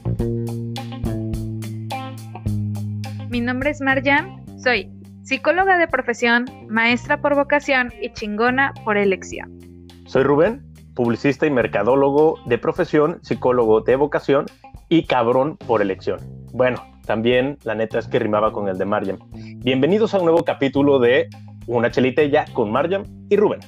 Mi nombre es Marjan, soy psicóloga de profesión, maestra por vocación y chingona por elección. Soy Rubén, publicista y mercadólogo de profesión, psicólogo de vocación y cabrón por elección. Bueno, también la neta es que rimaba con el de Marjan. Bienvenidos a un nuevo capítulo de Una Chelita y Ya con Marjan y Rubén.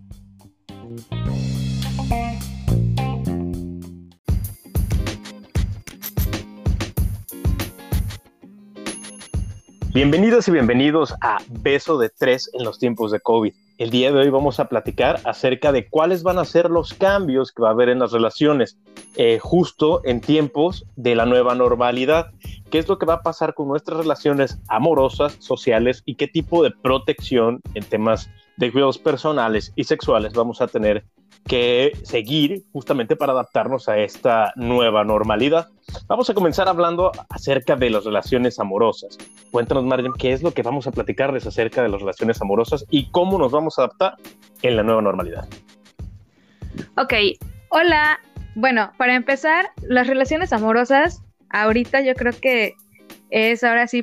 Bienvenidos y bienvenidos a Beso de Tres en los tiempos de COVID. El día de hoy vamos a platicar acerca de cuáles van a ser los cambios que va a haber en las relaciones justo en tiempos de la nueva normalidad. ¿Qué es lo que va a pasar con nuestras relaciones amorosas, sociales y qué tipo de protección en temas de cuidados personales y sexuales vamos a tener que seguir justamente para adaptarnos a esta nueva normalidad? Vamos a comenzar hablando acerca de las relaciones amorosas. Cuéntanos, Marjan, ¿qué es lo que vamos a platicarles acerca de las relaciones amorosas y cómo nos vamos a adaptar en la nueva normalidad? Ok, hola. Bueno, para empezar, las relaciones amorosas, ahorita yo creo que es ahora sí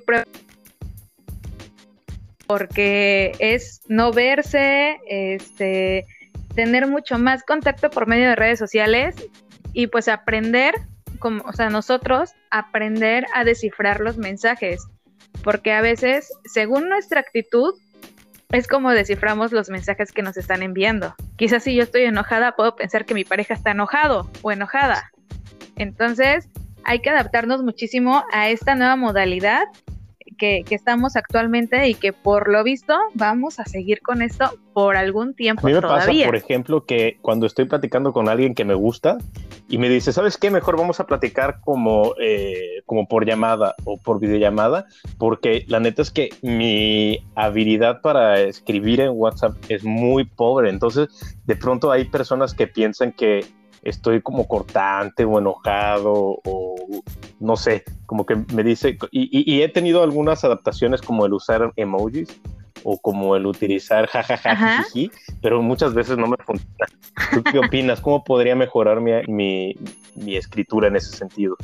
porque es no verse, tener mucho más contacto por medio de redes sociales y pues aprender, nosotros aprender a descifrar los mensajes, porque a veces, según nuestra actitud, es como desciframos los mensajes que nos están enviando. Quizás si yo estoy enojada, puedo pensar que mi pareja está enojado o enojada. Entonces, hay que adaptarnos muchísimo a esta nueva modalidad que estamos actualmente y que por lo visto vamos a seguir con esto por algún tiempo todavía. A mí me pasa, por ejemplo, que cuando estoy platicando con alguien que me gusta y me dice, ¿sabes qué? Mejor vamos a platicar como por llamada o por videollamada, porque la neta es que mi habilidad para escribir en WhatsApp es muy pobre. Entonces, de pronto hay personas que piensan que estoy como cortante o enojado o no sé, como que me dice, y he tenido algunas adaptaciones como el usar emojis o como el utilizar jajaja, jiji, pero muchas veces no me funciona. ¿Tú qué opinas? ¿Cómo podría mejorar mi escritura en ese sentido?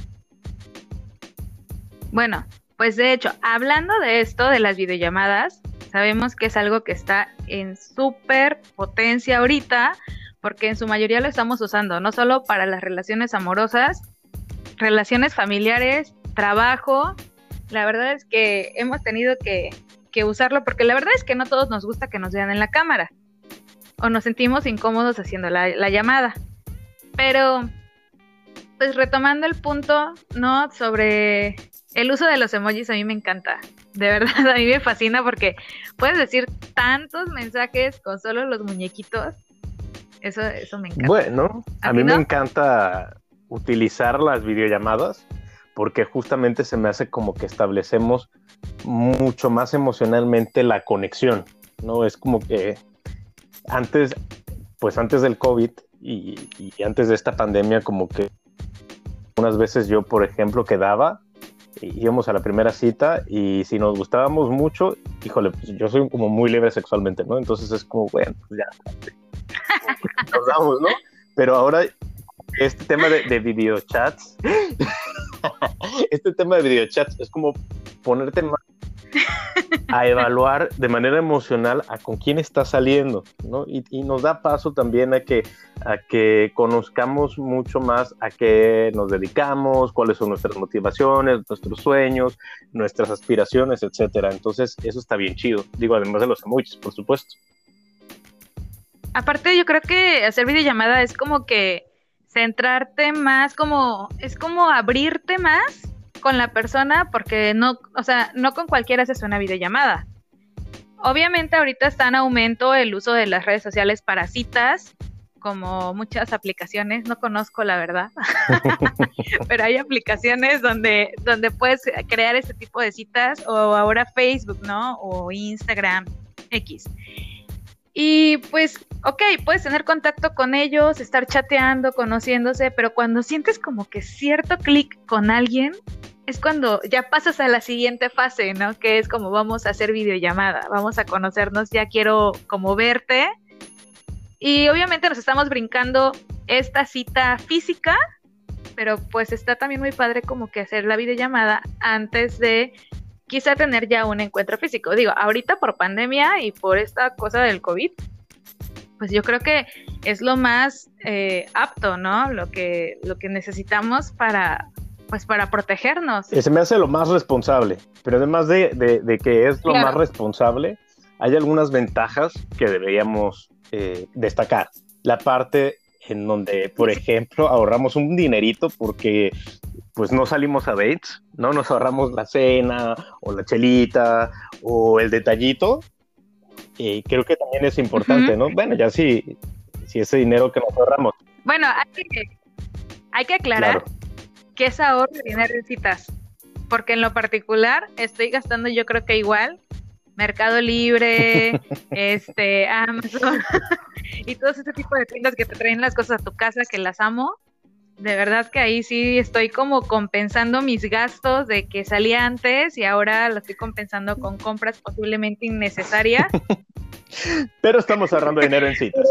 Bueno, pues de hecho, hablando de esto, de las videollamadas, sabemos que es algo que está en súper potencia ahorita, porque en su mayoría lo estamos usando, no solo para las relaciones amorosas, relaciones familiares, trabajo. La verdad es que hemos tenido que usarlo, porque la verdad es que no todos nos gusta que nos vean en la cámara, o nos sentimos incómodos haciendo la llamada. Pero, pues retomando el punto, ¿no? Sobre el uso de los emojis, a mí me encanta. De verdad, a mí me fascina porque puedes decir tantos mensajes con solo los muñequitos. Eso me encanta. Bueno, a mí me encanta utilizar las videollamadas porque justamente se me hace como que establecemos mucho más emocionalmente la conexión, ¿no? Es como que antes del COVID y antes de esta pandemia, como que unas veces yo, por ejemplo, íbamos a la primera cita y si nos gustábamos mucho, híjole, pues yo soy como muy libre sexualmente, ¿no? Entonces es como, bueno, pues ya nos damos, ¿no? Pero ahora este tema de videochats es como ponerte más a evaluar de manera emocional a con quién estás saliendo, ¿no? Y nos da paso también a que conozcamos mucho más a qué nos dedicamos, cuáles son nuestras motivaciones, nuestros sueños, nuestras aspiraciones, etcétera. Entonces eso está bien chido, digo, además de los emojis, por supuesto. Aparte, yo creo que hacer videollamada es como que centrarte más, es como abrirte más con la persona, porque no con cualquiera haces una videollamada. Obviamente ahorita está en aumento el uso de las redes sociales para citas, como muchas aplicaciones, no conozco la verdad, pero hay aplicaciones donde puedes crear este tipo de citas, o ahora Facebook, ¿no? O Instagram, X. Y pues, puedes tener contacto con ellos, estar chateando, conociéndose, pero cuando sientes como que cierto clic con alguien, es cuando ya pasas a la siguiente fase, ¿no? Que es como vamos a hacer videollamada, vamos a conocernos, ya quiero como verte. Y obviamente nos estamos brincando esta cita física pero pues está también muy padre como que hacer la videollamada antes de quizá tener ya un encuentro físico. Digo, ahorita por pandemia y por esta cosa del COVID, pues yo creo que es lo más apto, ¿no? Lo que necesitamos para protegernos. Se me hace lo más responsable, pero además de que es lo más responsable, hay algunas ventajas que deberíamos destacar. La parte en donde, por ejemplo, ahorramos un dinerito porque pues no salimos a dates, ¿no? Nos ahorramos la cena o la chelita o el detallito. Y creo que también es importante, ¿no? Bueno, ya si ese dinero que nos ahorramos. Bueno, hay que aclarar que es ahorro de dinero en citas, porque en lo particular estoy gastando yo creo que igual Mercado Libre, Amazon y todo ese tipo de tiendas que te traen las cosas a tu casa, que las amo. De verdad que ahí sí estoy como compensando mis gastos de que salí antes y ahora lo estoy compensando con compras posiblemente innecesarias. Pero estamos ahorrando dinero en citas.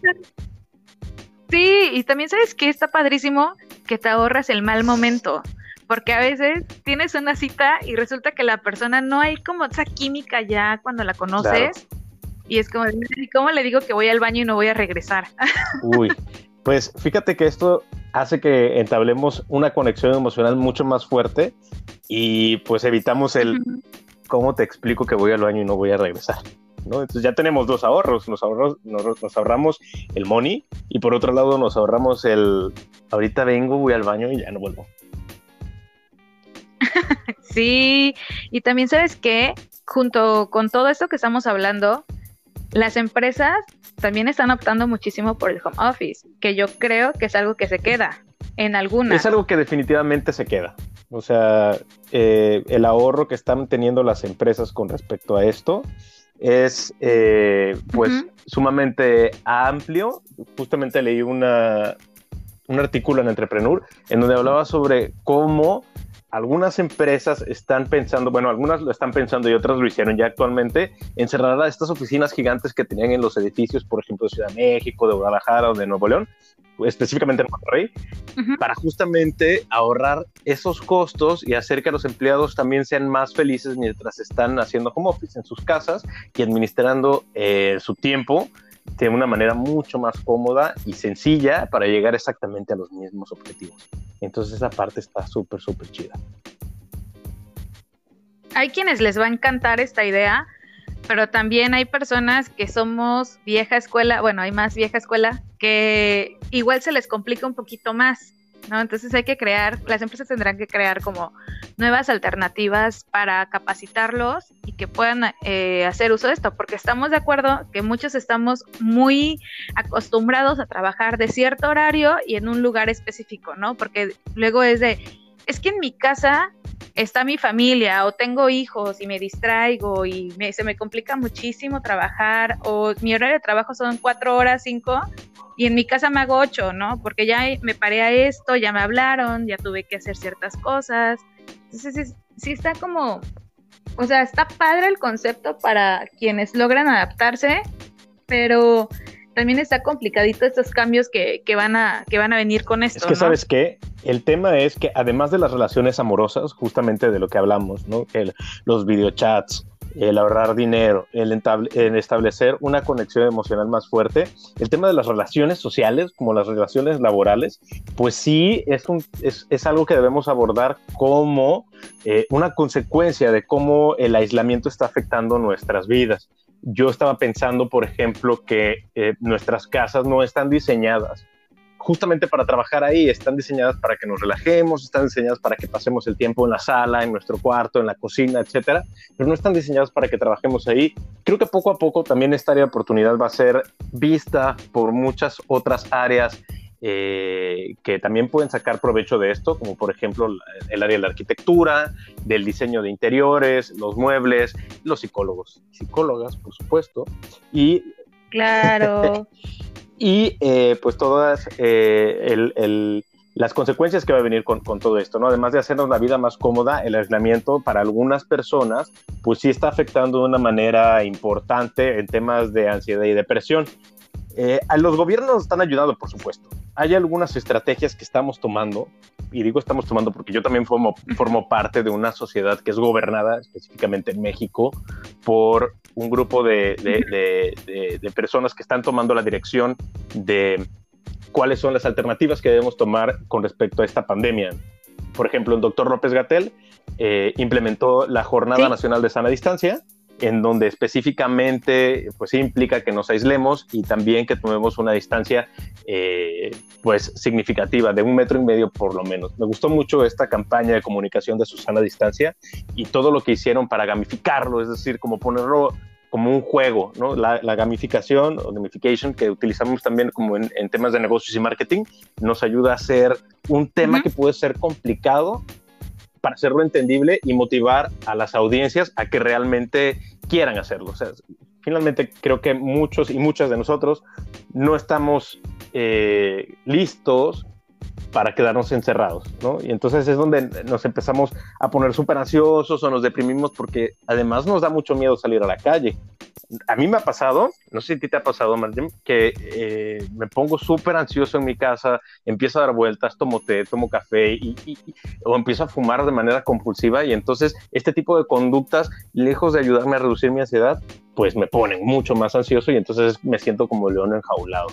Sí, y también sabes que está padrísimo que te ahorras el mal momento, porque a veces tienes una cita y resulta que la persona no hay como esa química ya cuando la conoces, y es como, ¿cómo le digo que voy al baño y no voy a regresar? Uy, pues fíjate que esto hace que entablemos una conexión emocional mucho más fuerte y pues evitamos el ¿cómo te explico que voy al baño y no voy a regresar? ¿No? Entonces ya tenemos dos ahorros, nos ahorramos el money y por otro lado nos ahorramos el ahorita vengo, voy al baño y ya no vuelvo. Sí, y también sabes que junto con todo esto que estamos hablando, las empresas también están optando muchísimo por el home office, que yo creo que es algo que se queda en algunas. Es algo que definitivamente se queda. O sea, el ahorro que están teniendo las empresas con respecto a esto es sumamente amplio. Justamente leí un artículo en Entrepreneur en donde hablaba sobre cómo algunas empresas están pensando, bueno, algunas lo están pensando y otras lo hicieron ya actualmente, en cerrar a estas oficinas gigantes que tenían en los edificios, por ejemplo, de Ciudad de México, de Guadalajara o de Nuevo León, específicamente en Monterrey, para justamente ahorrar esos costos y hacer que los empleados también sean más felices mientras están haciendo home office en sus casas y administrando su tiempo de una manera mucho más cómoda y sencilla para llegar exactamente a los mismos objetivos. Entonces esa parte está súper, súper chida. Hay quienes les va a encantar esta idea, pero también hay personas que somos vieja escuela, bueno, hay más vieja escuela, que igual se les complica un poquito más, ¿no? Entonces las empresas tendrán que crear como nuevas alternativas para capacitarlos y que puedan hacer uso de esto, porque estamos de acuerdo que muchos estamos muy acostumbrados a trabajar de cierto horario y en un lugar específico, ¿no? Porque luego es que en mi casa está mi familia o tengo hijos y me distraigo y se me complica muchísimo trabajar, o mi horario de trabajo son 4 horas, 5, y en mi casa me hago 8, ¿no? Porque ya me paré a esto, ya me hablaron, ya tuve que hacer ciertas cosas. Entonces sí está como, o sea, está padre el concepto para quienes logran adaptarse, pero también está complicadito estos cambios que van a venir con esto. Es que, ¿no? ¿Sabes qué? El tema es que además de las relaciones amorosas, justamente de lo que hablamos, ¿no? Que los videochats, el ahorrar dinero, el establecer una conexión emocional más fuerte, el tema de las relaciones sociales, como las relaciones laborales, pues sí es algo que debemos abordar como una consecuencia de cómo el aislamiento está afectando nuestras vidas. Yo estaba pensando, por ejemplo, que nuestras casas no están diseñadas justamente para trabajar ahí, están diseñadas para que nos relajemos, están diseñadas para que pasemos el tiempo en la sala, en nuestro cuarto, en la cocina, etcétera, pero no están diseñadas para que trabajemos ahí. Creo que poco a poco también esta área de oportunidad va a ser vista por muchas otras áreas que también pueden sacar provecho de esto, como por ejemplo el área de la arquitectura, del diseño de interiores, los muebles, los psicólogos, psicólogas, por supuesto, y claro. y pues todas las consecuencias que va a venir con todo esto, ¿no? Además de hacernos la vida más cómoda, el aislamiento para algunas personas pues sí está afectando de una manera importante en temas de ansiedad y depresión. Los gobiernos están ayudando, por supuesto, hay algunas estrategias que estamos tomando, y digo estamos tomando porque yo también formo parte de una sociedad que es gobernada específicamente en México por un grupo de personas que están tomando la dirección de cuáles son las alternativas que debemos tomar con respecto a esta pandemia. Por ejemplo, el doctor López-Gatell implementó la Jornada Nacional de Sana Distancia, en donde específicamente pues implica que nos aislemos y también que tomemos una distancia pues significativa de 1,5 metros por lo menos. Me gustó mucho esta campaña de comunicación de Susana Distancia y todo lo que hicieron para gamificarlo, es decir, como ponerlo como un juego, ¿no? La gamificación o gamification que utilizamos también como en temas de negocios y marketing nos ayuda a hacer un tema que puede ser complicado para hacerlo entendible y motivar a las audiencias a que realmente quieran hacerlo. O sea, finalmente creo que muchos y muchas de nosotros no estamos listos para quedarnos encerrados, ¿no? Y entonces es donde nos empezamos a poner súper ansiosos o nos deprimimos porque además nos da mucho miedo salir a la calle. A mí me ha pasado, no sé si a ti te ha pasado, Martín, que me pongo súper ansioso en mi casa, empiezo a dar vueltas, tomo té, tomo café o empiezo a fumar de manera compulsiva y entonces este tipo de conductas, lejos de ayudarme a reducir mi ansiedad, pues me ponen mucho más ansioso y entonces me siento como león enjaulado.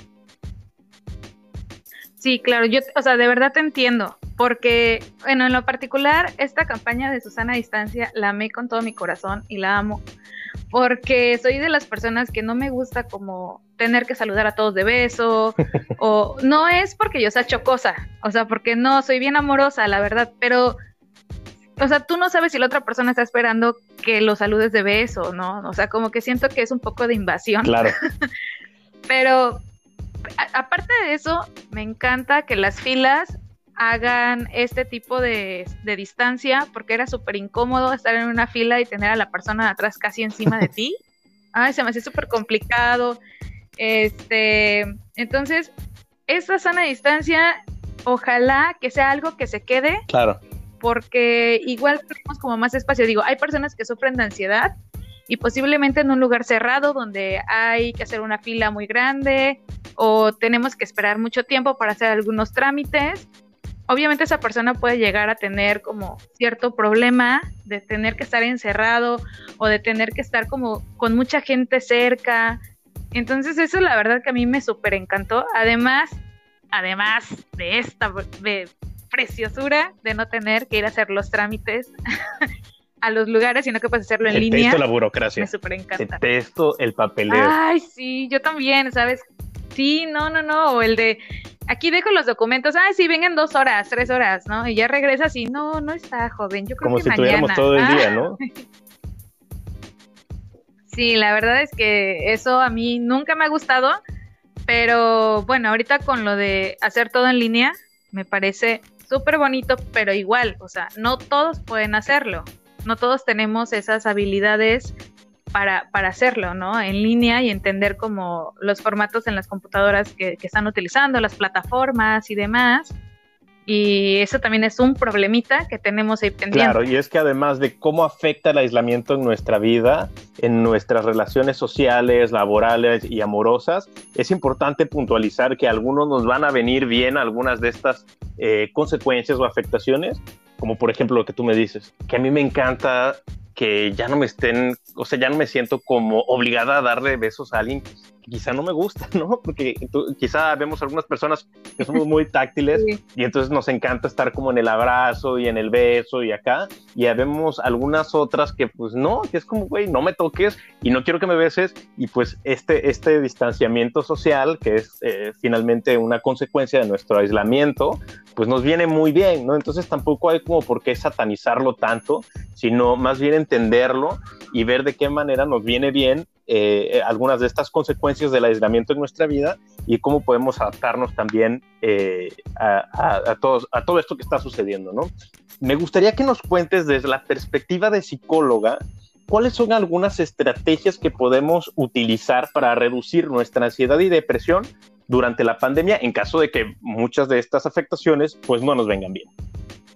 Sí, claro, o sea, de verdad te entiendo, porque, bueno, en lo particular, esta campaña de Susana Distancia la amé con todo mi corazón y la amo, porque soy de las personas que no me gusta como tener que saludar a todos de beso, o no es porque yo sea chocosa, o sea, porque no, soy bien amorosa, la verdad, pero, o sea, tú no sabes si la otra persona está esperando que lo saludes de beso, ¿no? O sea, como que siento que es un poco de invasión. Claro. Pero aparte de eso, me encanta que las filas hagan este tipo de distancia, porque era súper incómodo estar en una fila y tener a la persona de atrás casi encima de ti. Ay, se me hacía súper complicado. Entonces, esta sana distancia, ojalá que sea algo que se quede. Claro. Porque igual tenemos como más espacio. Digo, hay personas que sufren de ansiedad y posiblemente en un lugar cerrado donde hay que hacer una fila muy grande o tenemos que esperar mucho tiempo para hacer algunos trámites. Obviamente esa persona puede llegar a tener como cierto problema de tener que estar encerrado o de tener que estar como con mucha gente cerca. Entonces eso la verdad que a mí me súper encantó. Además de esta preciosura de no tener que ir a hacer los trámites a los lugares, sino que puedes hacerlo en línea. Detesto la burocracia. Me súper encanta. Detesto el papeleo. Ay, sí, yo también, ¿sabes? Sí, no, o el de, aquí dejo los documentos, ay, sí, vengan 2 horas, 3 horas, ¿no? Y ya regresas y no está, joven, yo creo como que si mañana. tuviéramos todo el día, ¿no? Sí, la verdad es que eso a mí nunca me ha gustado, pero bueno, ahorita con lo de hacer todo en línea, me parece súper bonito, pero igual, o sea, no todos pueden hacerlo, no todos tenemos esas habilidades para hacerlo, ¿no? En línea y entender como los formatos en las computadoras que están utilizando, las plataformas y demás. Y eso también es un problemita que tenemos ahí pendiente. Claro, y es que además de cómo afecta el aislamiento en nuestra vida, en nuestras relaciones sociales, laborales y amorosas, es importante puntualizar que a algunos nos van a venir bien algunas de estas consecuencias o afectaciones, como por ejemplo lo que tú me dices, que a mí me encanta que ya no me estén, o sea, ya no me siento como obligada a darle besos a alguien que quizá no me gusta, ¿no? Porque quizá vemos algunas personas que somos muy táctiles sí. Y entonces nos encanta estar como en el abrazo y en el beso y acá, y vemos algunas otras que pues no, que es como, güey, no me toques y no quiero que me beses, y pues este distanciamiento social, que es finalmente una consecuencia de nuestro aislamiento, pues nos viene muy bien, ¿no? Entonces tampoco hay como por qué satanizarlo tanto, sino más bien entenderlo y ver de qué manera nos viene bien algunas de estas consecuencias del aislamiento en nuestra vida y cómo podemos adaptarnos también a todo esto que está sucediendo, ¿no? Me gustaría que nos cuentes desde la perspectiva de psicóloga, ¿cuáles son algunas estrategias que podemos utilizar para reducir nuestra ansiedad y depresión durante la pandemia en caso de que muchas de estas afectaciones pues no nos vengan bien?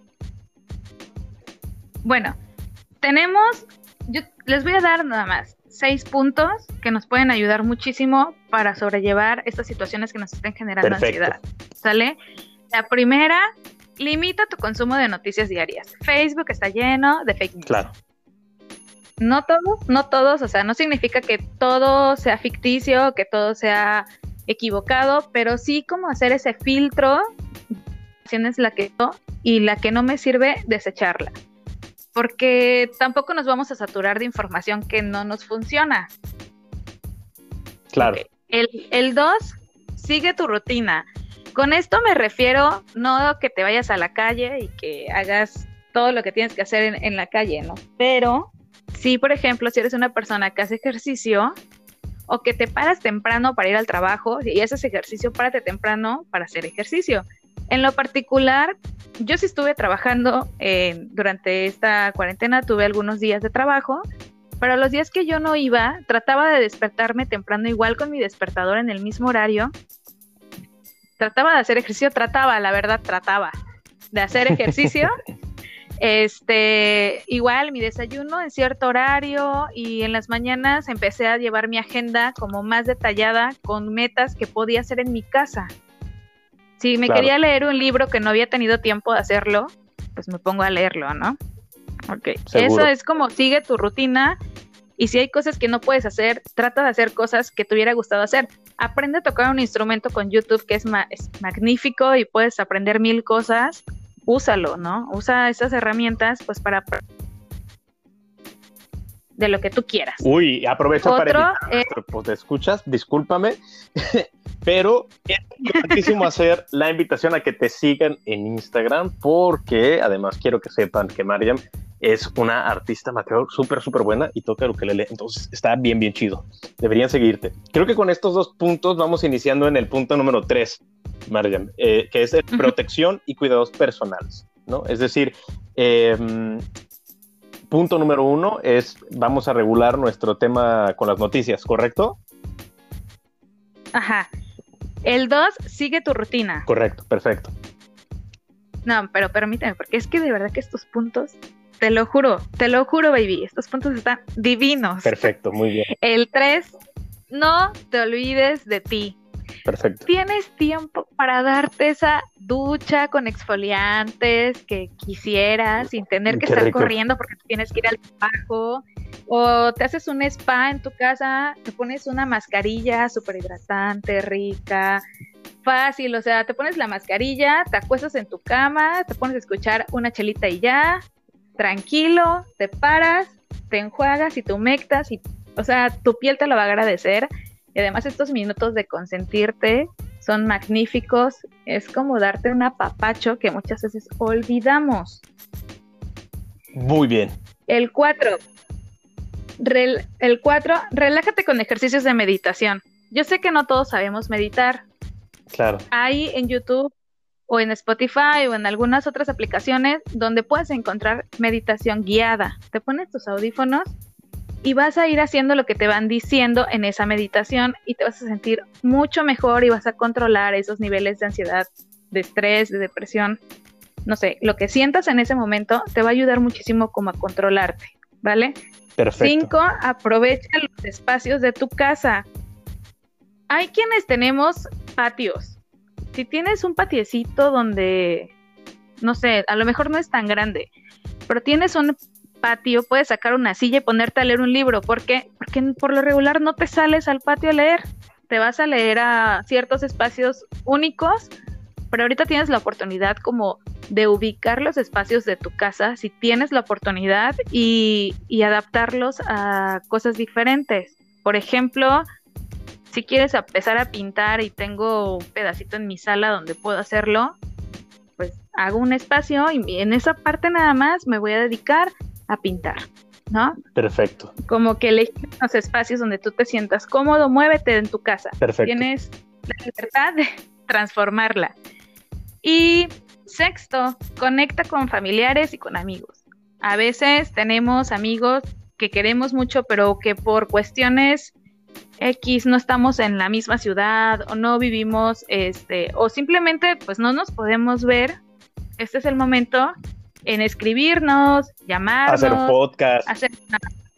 Bueno, yo les voy a dar nada más 6 puntos que nos pueden ayudar muchísimo para sobrellevar estas situaciones que nos estén generando ansiedad, ¿sale? La primera, limita tu consumo de noticias diarias. Facebook está lleno de fake news. Claro. No todos, o sea, no significa que todo sea ficticio, que todo sea equivocado, pero sí como hacer ese filtro, es la que y la que no me sirve, desecharla. Porque tampoco nos vamos a saturar de información que no nos funciona. Claro. Okay. El 2, sigue tu rutina. Con esto me refiero no que te vayas a la calle y que hagas todo lo que tienes que hacer en la calle, ¿no? Pero sí, por ejemplo, si eres una persona que hace ejercicio o que te paras temprano para ir al trabajo y haces ejercicio, párate temprano para hacer ejercicio. En lo particular, yo sí estuve trabajando durante esta cuarentena, tuve algunos días de trabajo, pero los días que yo no iba, trataba de despertarme temprano, igual con mi despertador en el mismo horario. Trataba de hacer ejercicio, trataba de hacer ejercicio. Igual mi desayuno en cierto horario y en las mañanas empecé a llevar mi agenda como más detallada con metas que podía hacer en mi casa. Si me quería leer un libro que no había tenido tiempo de hacerlo, pues me pongo a leerlo, ¿no? Ok, eso es como sigue tu rutina y si hay cosas que no puedes hacer, trata de hacer cosas que te hubiera gustado hacer. Aprende a tocar un instrumento con YouTube que es magnífico y puedes aprender 1000 cosas. Úsalo, ¿no? Usa esas herramientas pues para de lo que tú quieras. Uy, aprovecha para invitar pues te escuchas, discúlpame, pero es importantísimo hacer la invitación a que te sigan en Instagram porque además quiero que sepan que Mariam es una artista amateur súper buena y toca el ukelele, entonces está bien chido. Deberían seguirte. Creo que con estos 2 puntos vamos iniciando en el punto número 3, Mariam, que es protección y cuidados personales, ¿no? Es decir, punto número 1 es vamos a regular nuestro tema con las noticias, ¿correcto? Ajá. El 2, sigue tu rutina. Correcto, perfecto. No, pero permíteme, porque es que de verdad que estos puntos, te lo juro, baby, estos puntos están divinos. Perfecto, muy bien. El 3, no te olvides de ti. Perfecto. Tienes tiempo para darte esa ducha con exfoliantes que quisieras sin tener que estar corriendo porque tienes que ir al trabajo, o te haces un spa en tu casa, te pones una mascarilla súper hidratante, rica, fácil, o sea, te pones la mascarilla, te acuestas en tu cama, te pones a escuchar una chelita y ya, tranquilo, te paras, te enjuagas y te humectas y, o sea, tu piel te lo va a agradecer. Y además estos minutos de consentirte son magníficos. Es como darte un apapacho que muchas veces olvidamos. Muy bien. El 4, relájate con ejercicios de meditación. Yo sé que no todos sabemos meditar. Claro. Hay en YouTube o en Spotify o en algunas otras aplicaciones donde puedes encontrar meditación guiada. Te pones tus audífonos y vas a ir haciendo lo que te van diciendo en esa meditación y te vas a sentir mucho mejor y vas a controlar esos niveles de ansiedad, de estrés, de depresión. No sé, lo que sientas en ese momento te va a ayudar muchísimo como a controlarte, ¿vale? Perfecto. 5, aprovecha los espacios de tu casa. Hay quienes tenemos patios. Si tienes un patiecito donde, no sé, a lo mejor no es tan grande, pero tienes un patio, puedes sacar una silla y ponerte a leer un libro. ¿Por qué? Porque por lo regular no te sales al patio a leer, te vas a leer a ciertos espacios únicos, pero ahorita tienes la oportunidad como de ubicar los espacios de tu casa, si tienes la oportunidad, y adaptarlos a cosas diferentes. Por ejemplo, si quieres empezar a pintar y tengo un pedacito en mi sala donde puedo hacerlo, pues hago un espacio y en esa parte nada más me voy a dedicar a pintar, ¿no? Perfecto. Como que elegir los espacios donde tú te sientas cómodo, muévete en tu casa. Perfecto. Tienes la libertad de transformarla. Y 6, conecta con familiares y con amigos. A veces tenemos amigos que queremos mucho, pero que por cuestiones X no estamos en la misma ciudad o no vivimos, o simplemente pues no nos podemos ver. Este es el momento en escribirnos, llamarnos, hacer un podcast.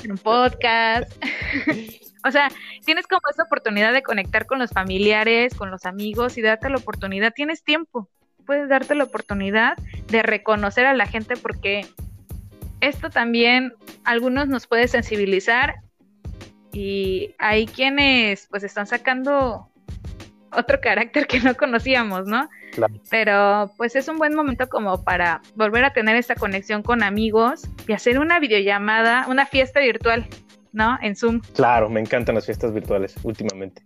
un podcast. O sea, tienes como esa oportunidad de conectar con los familiares, con los amigos y darte la oportunidad. Tienes tiempo, puedes darte la oportunidad de reconocer a la gente porque esto también algunos nos puede sensibilizar y hay quienes pues están sacando otro carácter que no conocíamos, ¿no? Claro. Pero pues es un buen momento como para volver a tener esta conexión con amigos y hacer una videollamada, una fiesta virtual, ¿no? En Zoom. Claro, me encantan las fiestas virtuales últimamente.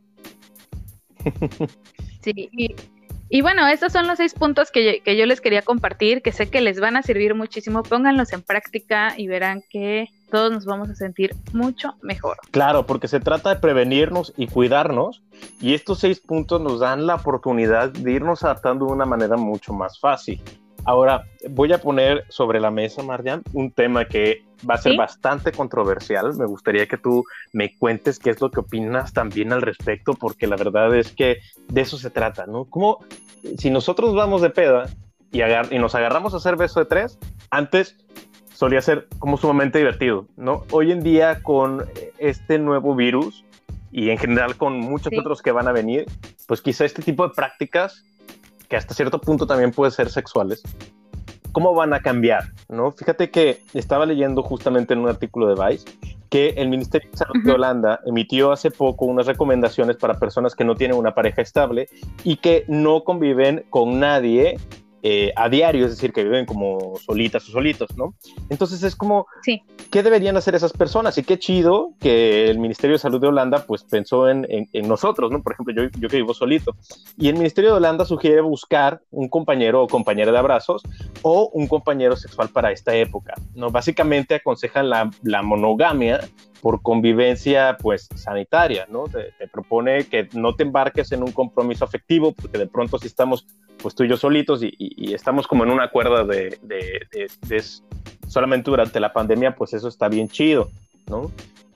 Sí, y bueno, estos son los 6 puntos que yo les quería compartir, que sé que les van a servir muchísimo. Pónganlos en práctica y verán que todos nos vamos a sentir mucho mejor. Claro, porque se trata de prevenirnos y cuidarnos, y estos 6 puntos nos dan la oportunidad de irnos adaptando de una manera mucho más fácil. Ahora, voy a poner sobre la mesa, Marjan, un tema que va a ser bastante controversial. Me gustaría que tú me cuentes qué es lo que opinas también al respecto, porque la verdad es que de eso se trata, ¿no? Como si nosotros vamos de peda y nos agarramos a hacer beso de 3, antes solía ser como sumamente divertido, ¿no? Hoy en día con este nuevo virus y en general con muchos otros que van a venir, pues quizá este tipo de prácticas que hasta cierto punto también pueden ser sexuales, ¿cómo van a cambiar? ¿No? Fíjate que estaba leyendo justamente en un artículo de Vice que el Ministerio de Salud de Holanda emitió hace poco unas recomendaciones para personas que no tienen una pareja estable y que no conviven con nadie a diario, es decir, que viven como solitas o solitos, ¿no? Entonces es como, ¿qué deberían hacer esas personas? Y qué chido que el Ministerio de Salud de Holanda pues pensó en nosotros, ¿no? Por ejemplo, yo que vivo solito. Y el Ministerio de Holanda sugiere buscar un compañero o compañera de abrazos o un compañero sexual para esta época, ¿no? Básicamente aconsejan la monogamia por convivencia pues sanitaria, ¿no? Te propone que no te embarques en un compromiso afectivo porque de pronto si estamos pues tú y yo solitos y estamos como en un acuerdo de solamente durante la pandemia, pues eso está bien chido, ¿no?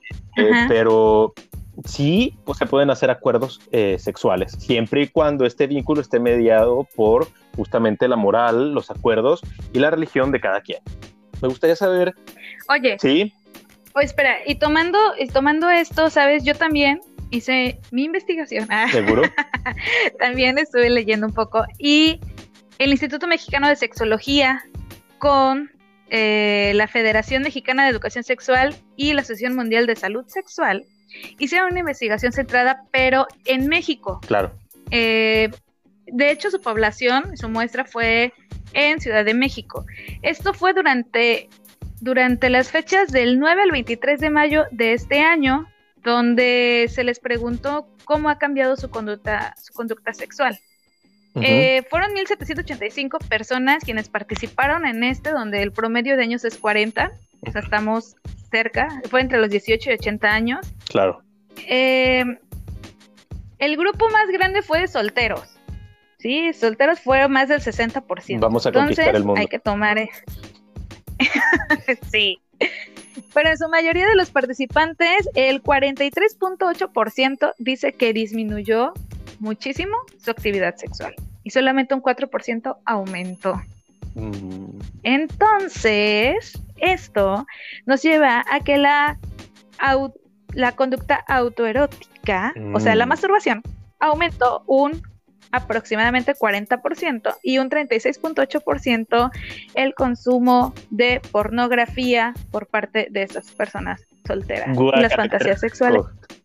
Pero sí, pues se pueden hacer acuerdos sexuales, siempre y cuando este vínculo esté mediado por justamente la moral, los acuerdos y la religión de cada quien. Me gustaría saber... Oye. Sí. Oye, espera, y tomando esto, ¿sabes? Yo también hice mi investigación. ¿Seguro? También estuve leyendo un poco. Y el Instituto Mexicano de Sexología con la Federación Mexicana de Educación Sexual y la Asociación Mundial de Salud Sexual hicieron una investigación centrada, pero en México. Claro. De hecho, su población, su muestra fue en Ciudad de México. Esto fue durante las fechas del 9 al 23 de mayo de este año, donde se les preguntó cómo ha cambiado su conducta sexual. Fueron 1,785 personas quienes participaron en donde el promedio de años es 40, o sea, estamos cerca, fue entre los 18 y 80 años. Claro. El grupo más grande fue de solteros, ¿sí? Solteros fueron más del 60%. Vamos a conquistar el mundo. Hay que tomar... Sí. Pero en su mayoría de los participantes, el 43.8% dice que disminuyó muchísimo su actividad sexual y solamente un 4% aumentó. Entonces, esto nos lleva a que la conducta autoerótica, o sea, la masturbación, aumentó un aproximadamente 40% y un 36.8% el consumo de pornografía por parte de esas personas solteras. Y las fantasías sexuales.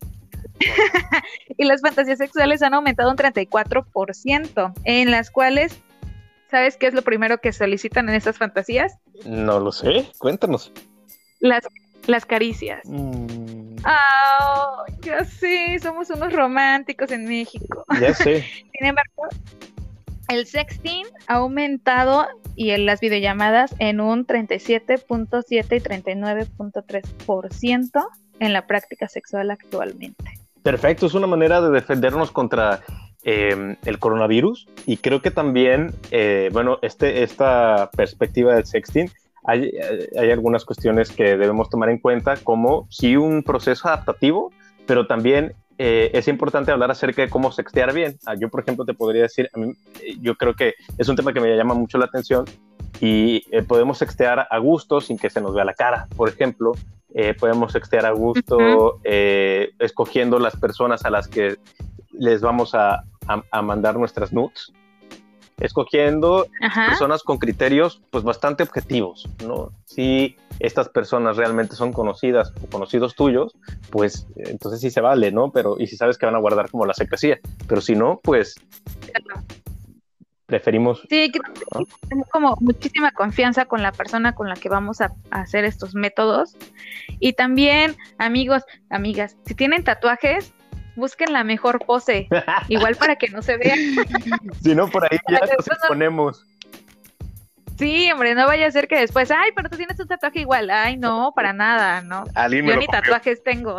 Y las fantasías sexuales han aumentado un 34%, en las cuales, ¿sabes qué es lo primero que solicitan en estas fantasías? No lo sé, cuéntanos. Las caricias. Oh, ya sé, somos unos románticos en México. Ya sé. Sin embargo, el sexting ha aumentado y en las videollamadas en un 37.7 y 39.3% en la práctica sexual actualmente. Perfecto, es una manera de defendernos contra el coronavirus y creo que también, esta perspectiva del sexting, hay algunas cuestiones que debemos tomar en cuenta, como sí un proceso adaptativo, pero también es importante hablar acerca de cómo sextear bien. Yo, por ejemplo, te podría decir, yo creo que es un tema que me llama mucho la atención y podemos sextear a gusto sin que se nos vea la cara, por ejemplo, podemos sextear a gusto, escogiendo las personas a las que les vamos a mandar nuestras nudes, escogiendo personas con criterios pues bastante objetivos, ¿no? Si estas personas realmente son conocidas o conocidos tuyos, pues entonces sí se vale, ¿no? Pero, y si sabes que van a guardar como la secrecía, pero si no, pues preferimos... Sí, que tengo como muchísima confianza con la persona con la que vamos a hacer estos métodos. Y también, amigos, amigas, si tienen tatuajes, busquen la mejor pose, igual para que no se vean. Si no, por ahí ya nos exponemos. Sí, hombre, no vaya a ser que después, ay, pero tú tienes un tatuaje igual. Ay, no, para nada, ¿no? Yo ni tatuajes tengo.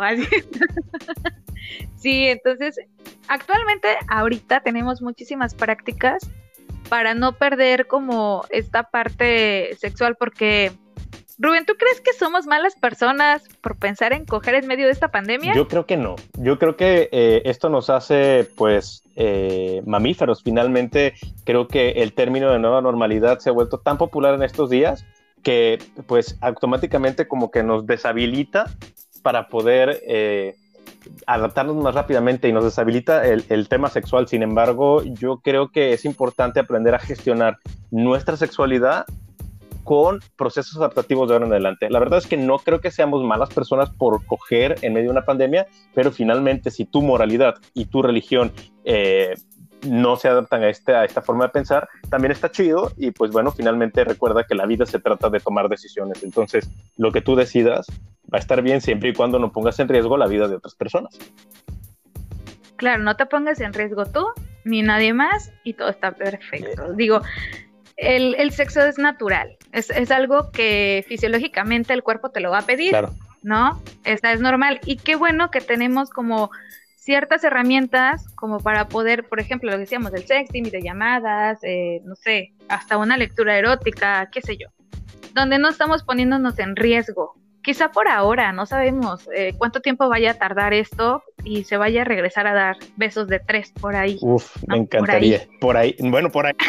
Sí, entonces, actualmente, ahorita tenemos muchísimas prácticas para no perder como esta parte sexual, porque... Rubén, ¿tú crees que somos malas personas por pensar en coger en medio de esta pandemia? Yo creo que no. Yo creo que esto nos hace, pues, mamíferos. Finalmente, creo que el término de nueva normalidad se ha vuelto tan popular en estos días que, pues, automáticamente como que nos deshabilita para poder adaptarnos más rápidamente y nos deshabilita el tema sexual. Sin embargo, yo creo que es importante aprender a gestionar nuestra sexualidad con procesos adaptativos de ahora en adelante. La verdad es que no creo que seamos malas personas por coger en medio de una pandemia, pero finalmente si tu moralidad y tu religión no se adaptan a esta forma de pensar, también está chido y pues bueno, finalmente recuerda que la vida se trata de tomar decisiones. Entonces, lo que tú decidas va a estar bien siempre y cuando no pongas en riesgo la vida de otras personas. Claro, no te pongas en riesgo tú ni nadie más y todo está perfecto. Digo, el sexo es natural, es algo que fisiológicamente el cuerpo te lo va a pedir, claro, ¿no? Esta es normal y qué bueno que tenemos como ciertas herramientas como para poder, por ejemplo, lo que decíamos del sexting, videollamadas, no sé, hasta una lectura erótica, qué sé yo, donde no estamos poniéndonos en riesgo. Quizá por ahora, no sabemos cuánto tiempo vaya a tardar esto y se vaya a regresar a dar besos de 3 por ahí. Uf, ¿no? Me encantaría. Por ahí. Bueno, por ahí.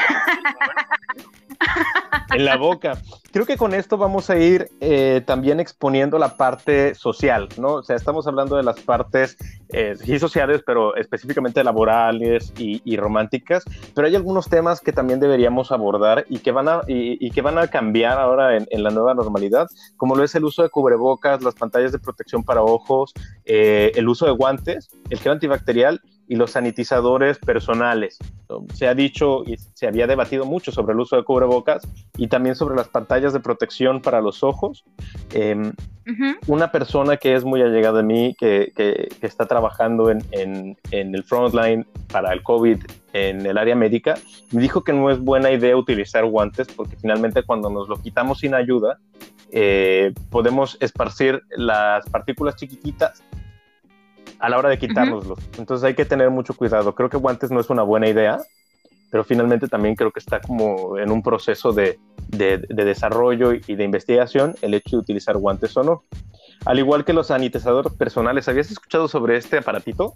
En la boca. Creo que con esto vamos a ir también exponiendo la parte social, ¿no? O sea, estamos hablando de las partes sí sociales, pero específicamente laborales y románticas, pero hay algunos temas que también deberíamos abordar y que van a cambiar ahora en la nueva normalidad, como lo es el uso de cubrebocas, las pantallas de protección para ojos, el uso de guantes, el gel antibacterial y los sanitizadores personales. Se ha dicho y se había debatido mucho sobre el uso de cubrebocas y también sobre las pantallas de protección para los ojos. Una persona que es muy allegada a mí, que está trabajando en el frontline para el COVID en el área médica, me dijo que no es buena idea utilizar guantes porque finalmente cuando nos lo quitamos sin ayuda, podemos esparcir las partículas chiquititas a la hora de quitárnoslos. Entonces hay que tener mucho cuidado. Creo que guantes no es una buena idea, pero finalmente también creo que está como en un proceso de desarrollo y de investigación el hecho de utilizar guantes o no. Al igual que los sanitizadores personales. ¿Habías escuchado sobre este aparatito?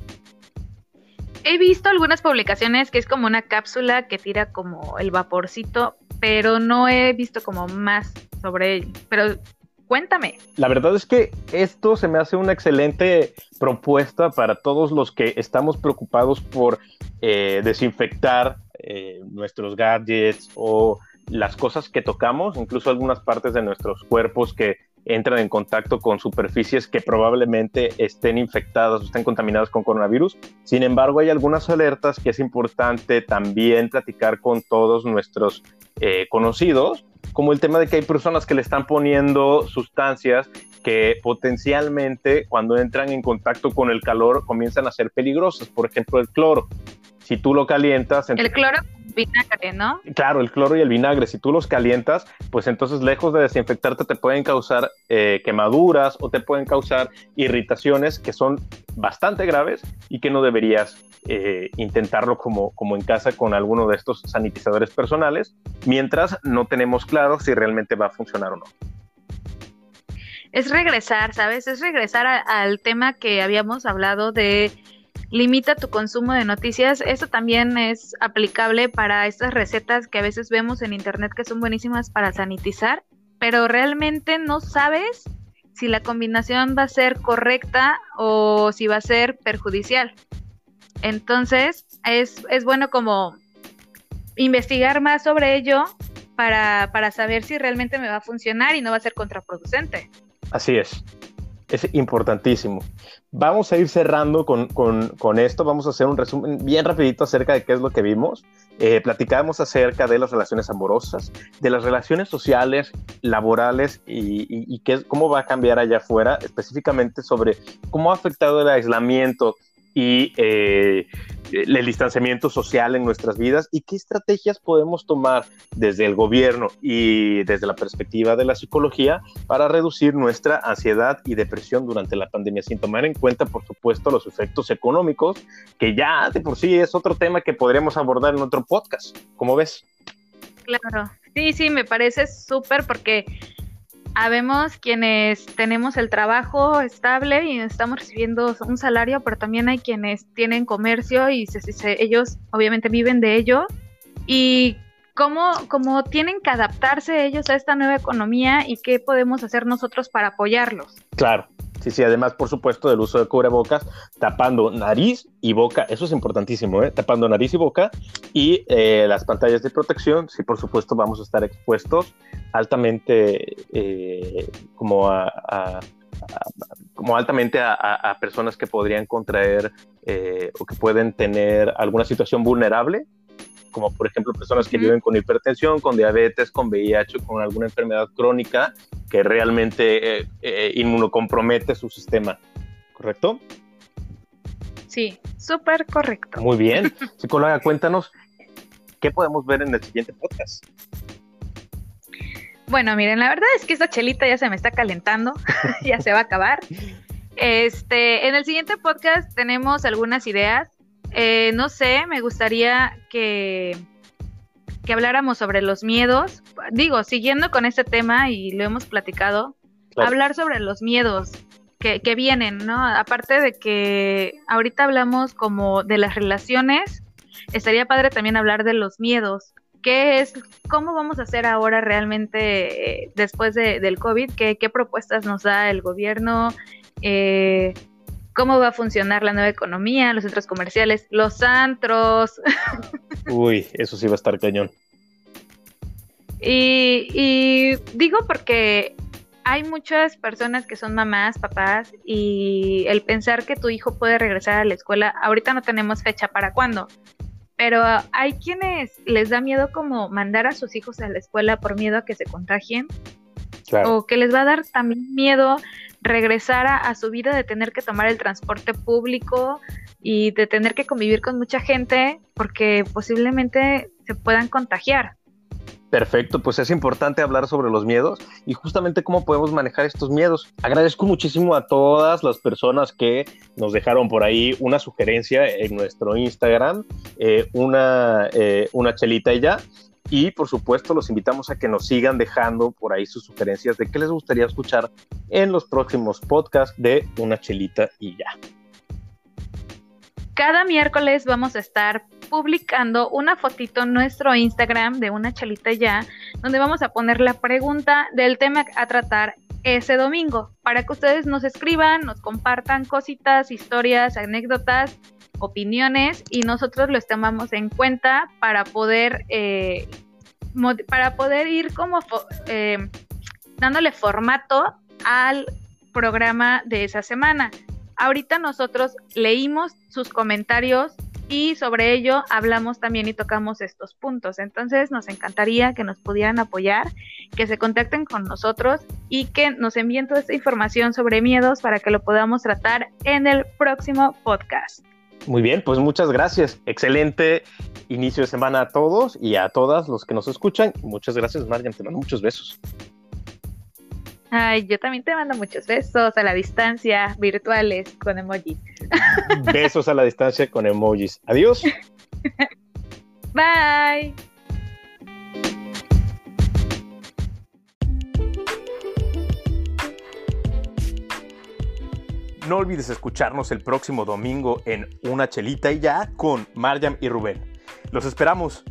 He visto algunas publicaciones que es como una cápsula que tira como el vaporcito, pero no he visto como más sobre él. Pero cuéntame. La verdad es que esto se me hace una excelente propuesta para todos los que estamos preocupados por desinfectar nuestros gadgets o las cosas que tocamos, incluso algunas partes de nuestros cuerpos que entran en contacto con superficies que probablemente estén infectadas o estén contaminadas con coronavirus. Sin embargo, hay algunas alertas que es importante también platicar con todos nuestros conocidos, como el tema de que hay personas que le están poniendo sustancias que potencialmente cuando entran en contacto con el calor comienzan a ser peligrosas. Por ejemplo, el cloro. Si tú lo calientas... El cloro vinagre, ¿no? Claro, el cloro y el vinagre. Si tú los calientas, pues entonces lejos de desinfectarte te pueden causar quemaduras o te pueden causar irritaciones que son bastante graves y que no deberías intentarlo como en casa con alguno de estos sanitizadores personales, mientras no tenemos claro si realmente va a funcionar o no. Es regresar, ¿sabes? Es regresar al tema que habíamos hablado de limita tu consumo de noticias. Eso también es aplicable para estas recetas que a veces vemos en internet que son buenísimas para sanitizar, pero realmente no sabes si la combinación va a ser correcta o si va a ser perjudicial. Entonces, es bueno como investigar más sobre ello para saber si realmente me va a funcionar y no va a ser contraproducente. Así es importantísimo. Vamos a ir cerrando con esto, vamos a hacer un resumen bien rapidito acerca de qué es lo que vimos. Platicamos acerca de las relaciones amorosas, de las relaciones sociales, laborales y cómo va a cambiar allá afuera, específicamente sobre cómo ha afectado el aislamiento y el distanciamiento social en nuestras vidas y qué estrategias podemos tomar desde el gobierno y desde la perspectiva de la psicología para reducir nuestra ansiedad y depresión durante la pandemia, sin tomar en cuenta, por supuesto, los efectos económicos, que ya de por sí es otro tema que podremos abordar en otro podcast. ¿Cómo ves? Claro, sí, me parece súper porque habemos quienes tenemos el trabajo estable y estamos recibiendo un salario, pero también hay quienes tienen comercio y ellos obviamente viven de ello. Y cómo tienen que adaptarse ellos a esta nueva economía y qué podemos hacer nosotros para apoyarlos. Claro. Sí, además, por supuesto, del uso de cubrebocas, tapando nariz y boca, eso es importantísimo, tapando nariz y boca, y las pantallas de protección, sí, por supuesto, vamos a estar expuestos altamente altamente a personas que podrían contraer o que pueden tener alguna situación vulnerable, como por ejemplo personas que viven con hipertensión, con diabetes, con VIH, con alguna enfermedad crónica que realmente inmunocompromete su sistema, ¿correcto? Sí, súper correcto. Muy bien. Psicóloga, cuéntanos, ¿qué podemos ver en el siguiente podcast? Bueno, miren, la verdad es que esta chelita ya se me está calentando, ya se va a acabar. En el siguiente podcast tenemos algunas ideas. No sé, me gustaría que habláramos sobre los miedos. Digo, siguiendo con este tema y lo hemos platicado, claro. Hablar sobre los miedos que vienen, ¿no? Aparte de que ahorita hablamos como de las relaciones, estaría padre también hablar de los miedos. ¿Cómo vamos a hacer ahora realmente después del COVID? ¿Qué propuestas nos da el gobierno? ¿Cómo va a funcionar la nueva economía, los centros comerciales, los antros? Uy, eso sí va a estar cañón. Y digo porque hay muchas personas que son mamás, papás, y el pensar que tu hijo puede regresar a la escuela, ahorita no tenemos fecha para cuándo, pero hay quienes les da miedo como mandar a sus hijos a la escuela por miedo a que se contagien. Claro. O que les va a dar también miedo regresar a su vida de tener que tomar el transporte público y de tener que convivir con mucha gente porque posiblemente se puedan contagiar. Perfecto, pues es importante hablar sobre los miedos y justamente cómo podemos manejar estos miedos. Agradezco muchísimo a todas las personas que nos dejaron por ahí una sugerencia en nuestro Instagram, una chelita y ya. Y por supuesto los invitamos a que nos sigan dejando por ahí sus sugerencias de qué les gustaría escuchar en los próximos podcasts de Una Chelita y Ya. Cada miércoles vamos a estar publicando una fotito en nuestro Instagram de Una Chelita y Ya, donde vamos a poner la pregunta del tema a tratar ese domingo, para que ustedes nos escriban, nos compartan cositas, historias, anécdotas, opiniones, y nosotros los tomamos en cuenta para poder ir como dándole formato al programa de esa semana. Ahorita nosotros leímos sus comentarios y sobre ello hablamos también y tocamos estos puntos. Entonces nos encantaría que nos pudieran apoyar, que se contacten con nosotros y que nos envíen toda esta información sobre miedos para que lo podamos tratar en el próximo podcast. Muy bien, pues muchas gracias. Excelente inicio de semana a todos y a todas los que nos escuchan. Muchas gracias, Mariam. Te mando muchos besos. Ay, yo también te mando muchos besos a la distancia, virtuales, con emojis. Besos a la distancia con emojis. Adiós. Bye. No olvides escucharnos el próximo domingo en Una Chelita y Ya con Mariam y Rubén. Los esperamos.